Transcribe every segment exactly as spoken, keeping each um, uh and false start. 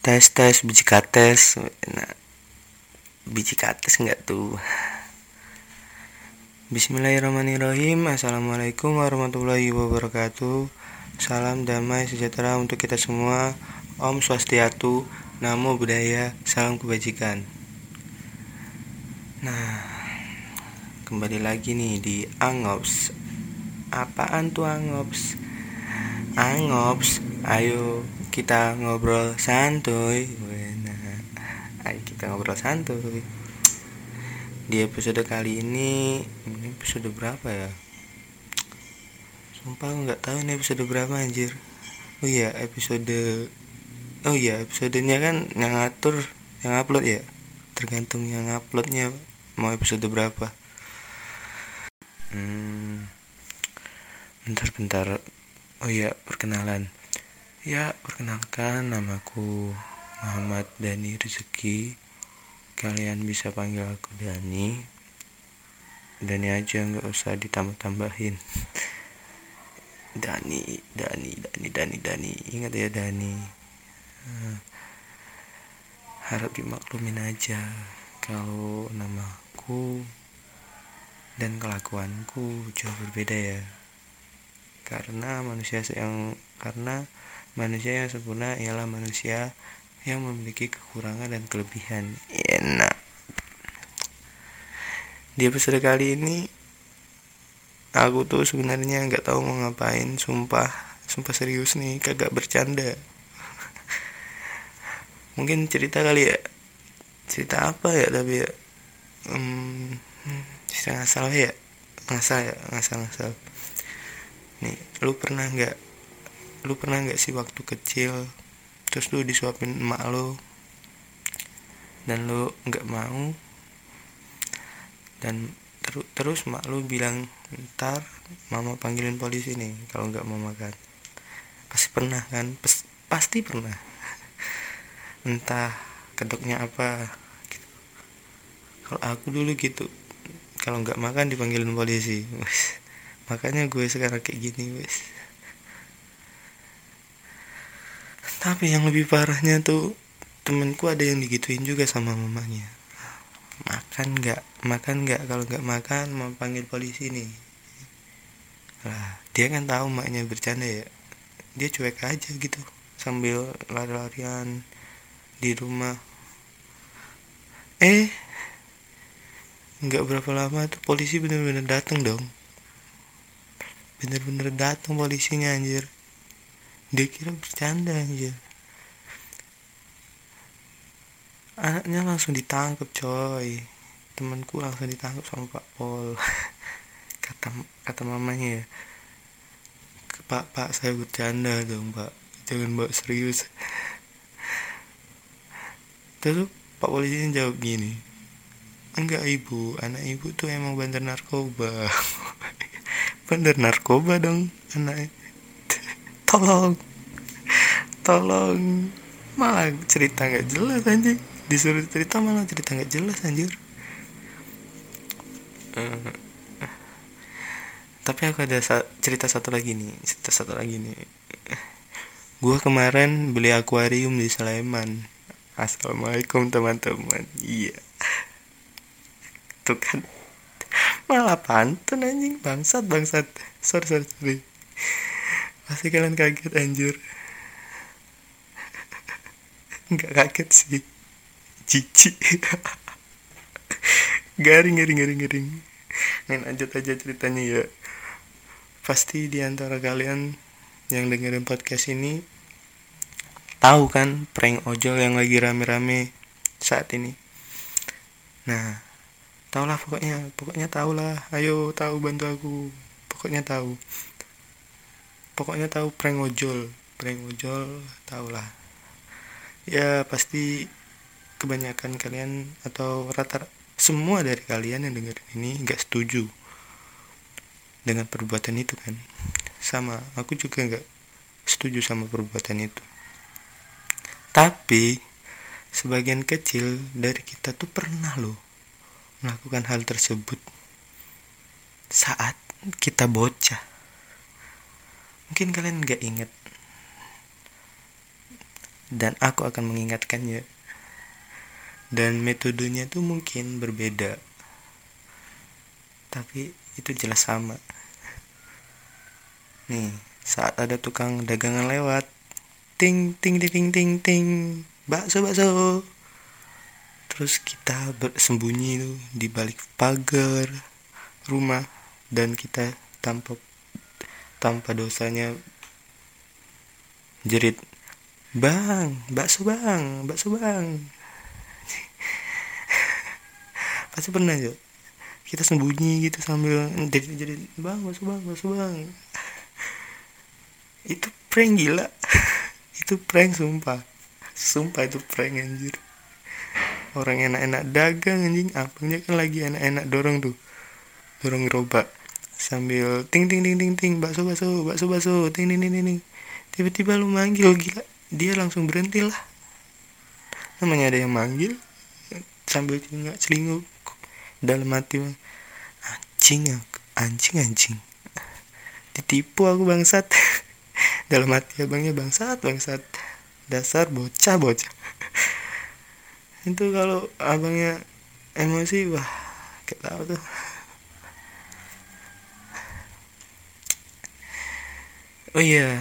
Tes tes biji kates. Nah, biji kates enggak tuh. Bismillahirrahmanirrahim. Assalamualaikum warahmatullahi wabarakatuh. Salam damai sejahtera untuk kita semua. Om Swastiatu, Namo Buddhaya, salam kebajikan. Nah, kembali lagi nih di Angops. Apaan tuh Angops? Angops, ayo kita ngobrol santuy. Nah, ayo kita ngobrol santuy. Di episode kali ini, ini episode berapa ya? Sumpah nggak tahu ini episode berapa anjir. Oh iya episode, oh iya episodenya kan yang ngatur, yang upload ya. Tergantung yang uploadnya mau episode berapa. Hmm, bentar-bentar. Oh iya perkenalan. Ya perkenalkan, namaku Muhammad Dani Rezeki. Kalian bisa panggil aku Dani. Dani aja, nggak usah ditambah-tambahin. Dani, Dani, Dani, Dani, Dani. Ingat ya Dani. Hmm, harap dimaklumin aja kalau namaku dan kelakuanku jauh berbeda ya. Karena manusia yang karena manusia yang sempurna ialah manusia yang memiliki kekurangan dan kelebihan. Enak. Di episode kali ini aku tuh sebenarnya nggak tahu mau ngapain, sumpah, sumpah serius nih, kagak bercanda. Mungkin cerita kali ya, cerita apa ya tapi ya, hmm, cerita ngasal ya, ngasal ya, ngasal ngasal. Nih, lu pernah nggak, lu pernah nggak sih waktu kecil, terus lu disuapin emak lu, dan lu nggak mau, dan terus terus emak lu bilang ntar mama panggilin polisi nih kalau nggak mau makan. Pasti pernah kan? Pes, pasti pernah. Entah kedoknya apa. Gitu. Kalau aku dulu gitu, kalau nggak makan dipanggilin polisi. Makanya gue sekarang kayak gini, wes. Tapi yang lebih parahnya tuh temenku ada yang digituin juga sama mamanya. Makan nggak, makan nggak, kalau nggak makan mau panggil polisi nih. Lah, dia kan tahu maknya bercanda ya. Dia cuek aja gitu sambil lari-larian di rumah. Eh, nggak berapa lama tuh polisi bener-bener datang dong. Bener-bener datang polisinya anjir. Dia kira bercanda anjir. Anaknya langsung ditangkap coy. Temanku langsung ditangkap sama Pak Pol. kata kata mamanya ya, Pak Pak saya bercanda dong Pak, jangan bawa serius. Terus Pak polisinya jawab gini, enggak ibu, anak ibu tuh emang bandar narkoba. Bandar narkoba dong anak. Tolong, tolong. Malah cerita nggak jelas anjing. Disuruh cerita malah cerita nggak jelas anjir. Uh, tapi aku ada sa- cerita satu lagi nih, cerita satu lagi nih. Gua kemarin beli akuarium di Sleman. Assalamualaikum teman-teman. Iya, tuh kan. Malah pantun anjing, bangsat bangsat. Sorry sorry sorry. Pasti kalian kaget anjir. Nggak kaget sih. Cici. Garing garing garing garing. Nih lanjut aja ceritanya ya. Pasti di antara kalian yang dengerin podcast ini tahu kan prank ojol yang lagi rame-rame saat ini. Nah, tau lah pokoknya, pokoknya tau lah. Ayo tahu, bantu aku. Pokoknya tahu. Pokoknya tahu prank ojol, prank ojol tau lah. Ya pasti kebanyakan kalian atau rata semua dari kalian yang dengerin ini nggak setuju dengan perbuatan itu kan. Sama, aku juga nggak setuju sama perbuatan itu. Tapi sebagian kecil dari kita tuh pernah loh melakukan hal tersebut saat kita bocah. Mungkin kalian nggak inget, dan aku akan mengingatkannya. Dan metodenya tuh mungkin berbeda, tapi itu jelas sama. Nih, saat ada tukang dagangan lewat, ting ting ting ting ting ting, bakso bakso. Terus kita bersembunyi tuh di balik pagar rumah, dan kita tanpa tanpa dosanya jerit, "Bang, bakso bang, bakso bang." Pasti pernah juga kita sembunyi gitu sambil jerit-jerit, "Bang, bakso bang, bakso bang." Itu prank gila. Itu prank sumpah. Sumpah itu prank anjir. Orang enak-enak dagang anjing, abangnya kan lagi enak-enak dorong tuh, dorong gerobak sambil ting ting ting ting ting, bakso bakso bakso bakso ting ting ting ting. Tiba-tiba lu manggil, gila, dia langsung berhenti lah. Namanya ada yang manggil sambil celingak celinguk dalam hati, anjing aku, anjing anjing ditipu aku bangsat. Dalam hati abangnya, bangsat bangsat, dasar bocah bocah. Itu kalau abangnya emosi, wah gak tahu tuh. Oh iya,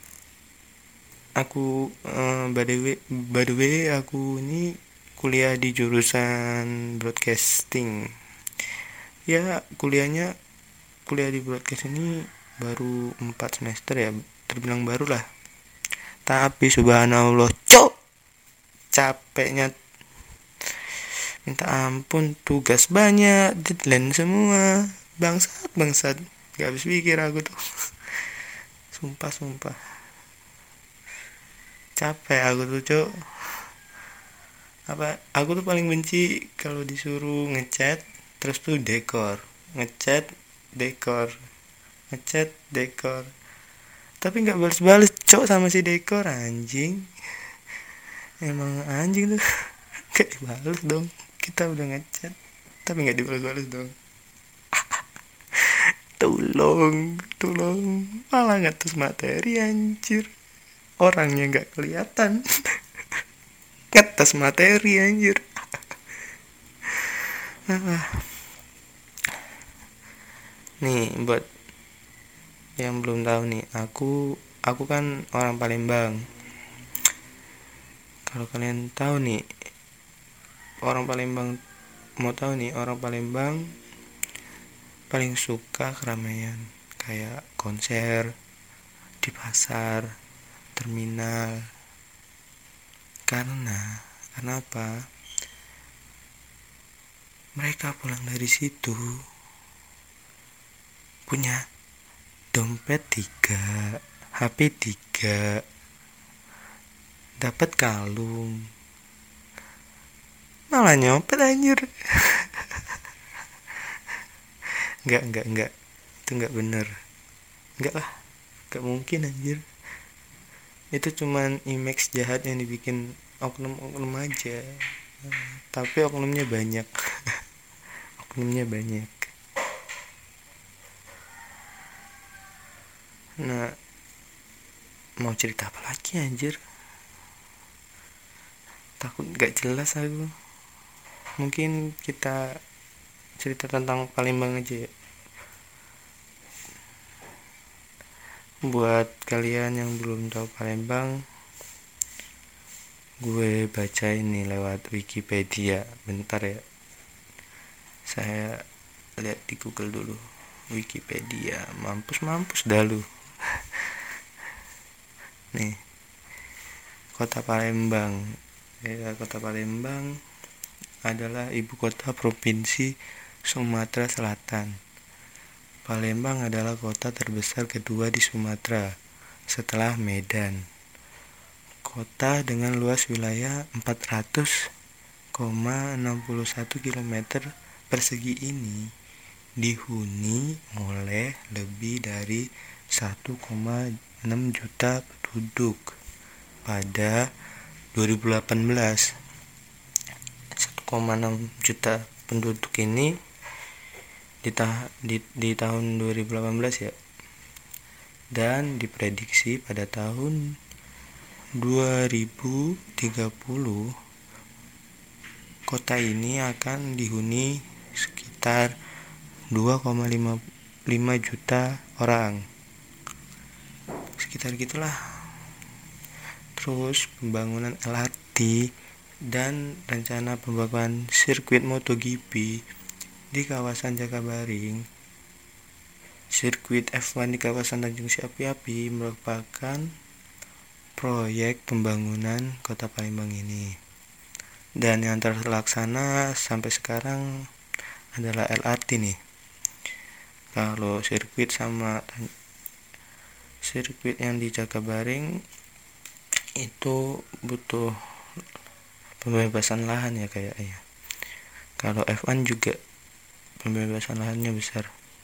aku uh, by the way by the way aku ini kuliah di jurusan broadcasting. Ya, kuliahnya kuliah di broadcast ini baru empat semester ya, terbilang baru lah. Tapi subhanallah, cok, capeknya minta ampun, tugas banyak, deadline semua, bangsat bangsat, gak habis pikir aku tuh. Sumpah sumpah capek aku tuh, cok. Apa, aku tuh paling benci kalau disuruh ngecat terus tuh dekor, ngecat dekor, ngecat dekor, tapi nggak balas-balas, cok, sama si dekor, anjing. Emang anjing tuh. Gak dibalas dong, kita udah ngecat tapi nggak dibalas-balas dong. Tolong, tolong, malah ngatus materi anjir, orangnya nggak kelihatan. Ngatas materi anjir. Nih buat yang belum tahu nih, aku aku kan orang Palembang. Kalau kalian tahu nih, orang Palembang, mau tahu nih, orang Palembang paling suka keramaian, kayak konser di pasar, terminal. Karena kenapa? Mereka pulang dari situ punya dompet tiga, H P tiga, dapat kalung, malah nyopet anjir. Enggak, enggak, enggak. Itu enggak bener. Enggak lah. Enggak mungkin anjir. Itu cuman image jahat yang dibikin oknum-oknum aja. Tapi oknumnya banyak. Oknumnya banyak. Nah, mau cerita apa lagi anjir? Takut enggak jelas aku. Mungkin kita cerita tentang Palembang aja ya. Buat kalian yang belum tahu Palembang, gue baca ini lewat Wikipedia. Bentar ya, saya lihat di Google dulu. Wikipedia, mampus mampus dah lu. Nih, kota Palembang. Ya, kota Palembang adalah ibu kota provinsi Sumatera Selatan. Palembang adalah kota terbesar kedua di Sumatera setelah Medan. Kota dengan luas wilayah empat ratus koma enam satu kilometer persegi ini dihuni oleh lebih dari satu koma enam juta penduduk pada dua ribu delapan belas. satu koma enam juta penduduk ini di, ta- di, di tahun dua ribu delapan belas ya, dan diprediksi pada tahun dua ribu tiga puluh kota ini akan dihuni sekitar dua koma lima lima juta orang, sekitar gitulah. Terus pembangunan L R T dan rencana pembangunan sirkuit MotoGP di kawasan Jakabaring, sirkuit F satu di kawasan Tanjung Api-Api merupakan proyek pembangunan kota Palembang ini. Dan yang terlaksana sampai sekarang adalah L R T nih. Kalau sirkuit sama sirkuit yang di Jakabaring itu butuh pembebasan lahan ya kayaknya. Kalau F satu juga pembebasan lahannya besar.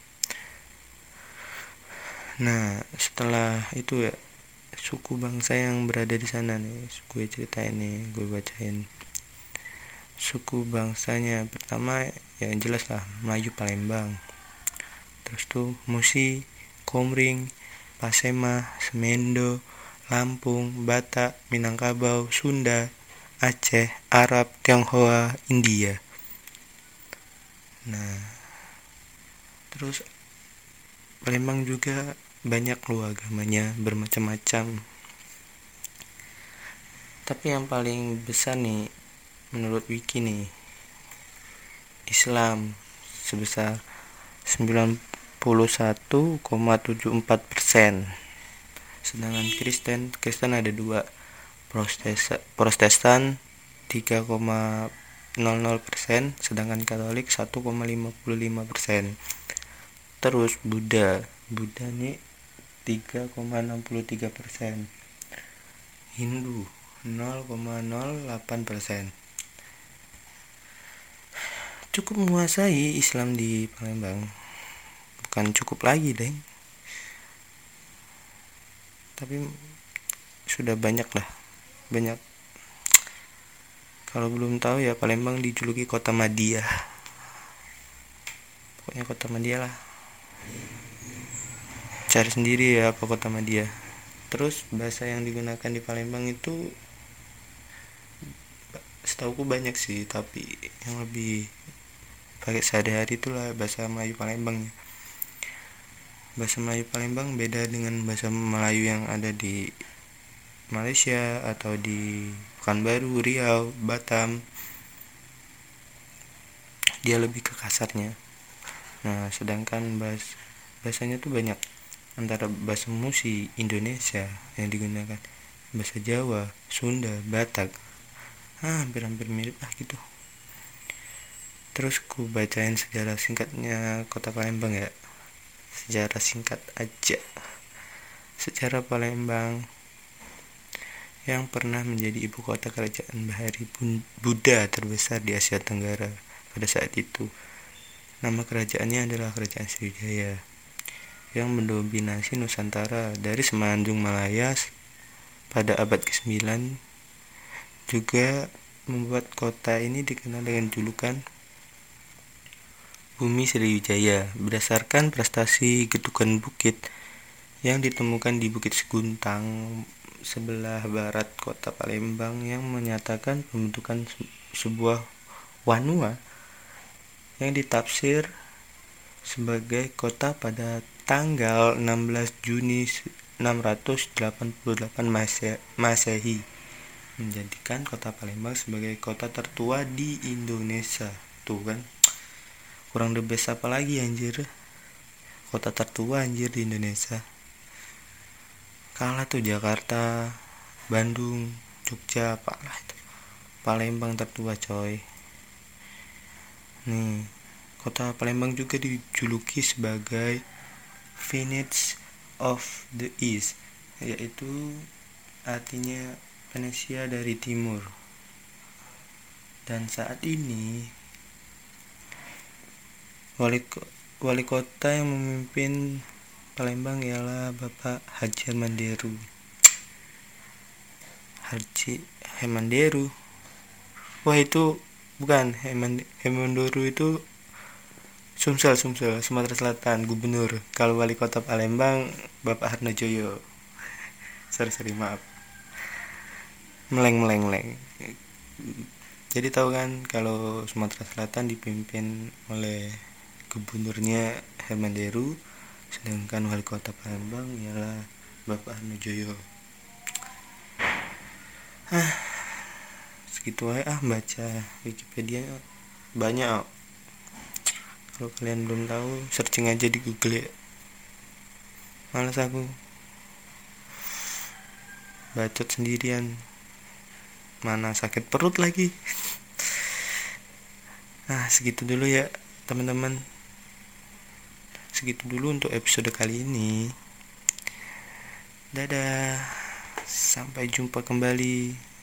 Nah, setelah itu ya suku bangsa yang berada di sana nih, gue ceritain nih, gue bacain. Suku bangsanya pertama ya jelas lah Melayu Palembang. Terus tuh Musi, Komering, Pasema, Semendo, Lampung, Batak, Minangkabau, Sunda, Aceh, Arab, Tionghoa, India. Nah, terus Palembang juga banyak loh agamanya, bermacam-macam. Tapi yang paling besar nih menurut wiki nih, Islam sebesar sembilan puluh satu koma tujuh empat persen. Sedangkan Kristen, Kristen ada dua, Protestan, Protestan tiga koma nol nol persen, sedangkan Katolik satu koma lima lima persen. Terus Buddha, Buddha nih tiga koma enam tiga persen. Hindu nol koma nol delapan persen. Cukup menguasai Islam di Palembang. Bukan cukup lagi, deng. Tapi sudah banyak lah. Banyak. Kalau belum tahu ya, Palembang dijuluki kota Madiyah. Pokoknya kota Madiyah lah. Cari sendiri ya apa kota Madiyah. Terus bahasa yang digunakan di Palembang itu setauku banyak sih, tapi yang lebih pakai sehari-hari itulah bahasa Melayu Palembang. Bahasa Melayu Palembang beda dengan bahasa Melayu yang ada di Malaysia atau di Pekanbaru, Riau, Batam. Dia lebih ke kasarnya. Nah, sedangkan bahasa bahasanya tuh banyak, antara bahasa Musi, Indonesia yang digunakan, bahasa Jawa, Sunda, Batak. Ah, hampir-hampir mirip lah gitu. Terus ku bacain sejarah singkatnya kota Palembang ya. Sejarah singkat aja. Sejarah Palembang yang pernah menjadi ibu kota kerajaan Bahari Buddha terbesar di Asia Tenggara pada saat itu. Nama kerajaannya adalah Kerajaan Sriwijaya yang mendominasi Nusantara dari Semenanjung Malaya pada abad kesembilan. Juga membuat kota ini dikenal dengan julukan Bumi Sriwijaya berdasarkan prestasi getukan bukit yang ditemukan di Bukit Seguntang sebelah barat kota Palembang yang menyatakan pembentukan sebuah wanua yang ditafsir sebagai kota pada tanggal enam belas Juni enam ratus delapan puluh delapan Masehi, menjadikan kota Palembang sebagai kota tertua di Indonesia. Tuh kan, kurang the best apa lagi anjir, kota tertua anjir di Indonesia. Kalah tuh Jakarta, Bandung, Jogja, apalah itu. Palembang tertua coy. Nih, kota Palembang juga dijuluki sebagai Venice of the East, yaitu artinya Venesia dari timur. Dan saat ini wali wali kota yang memimpin Palembang ialah Bapak Haji Hemanderu. Haji Hemanderu. Wah, itu bukan Hemanderu, itu Sumsel, Sumsel, Sumatera Selatan, gubernur. Kalau wali kota Palembang Bapak Harnojoyo. sorry sorry maaf. meleng meleng meleng. Jadi tahu kan kalau Sumatera Selatan dipimpin oleh gubernurnya Herman Deru, sedangkan wali kota Palembang ialah Bapak Harnojoyo. ah Segitu aja ah baca Wikipedia banyak. Kalau kalian belum tahu, searching aja di Google ya. Malas aku bacot sendirian, mana sakit perut lagi. Ah segitu dulu ya teman-teman, segitu dulu untuk episode kali ini. Dadah, sampai jumpa kembali.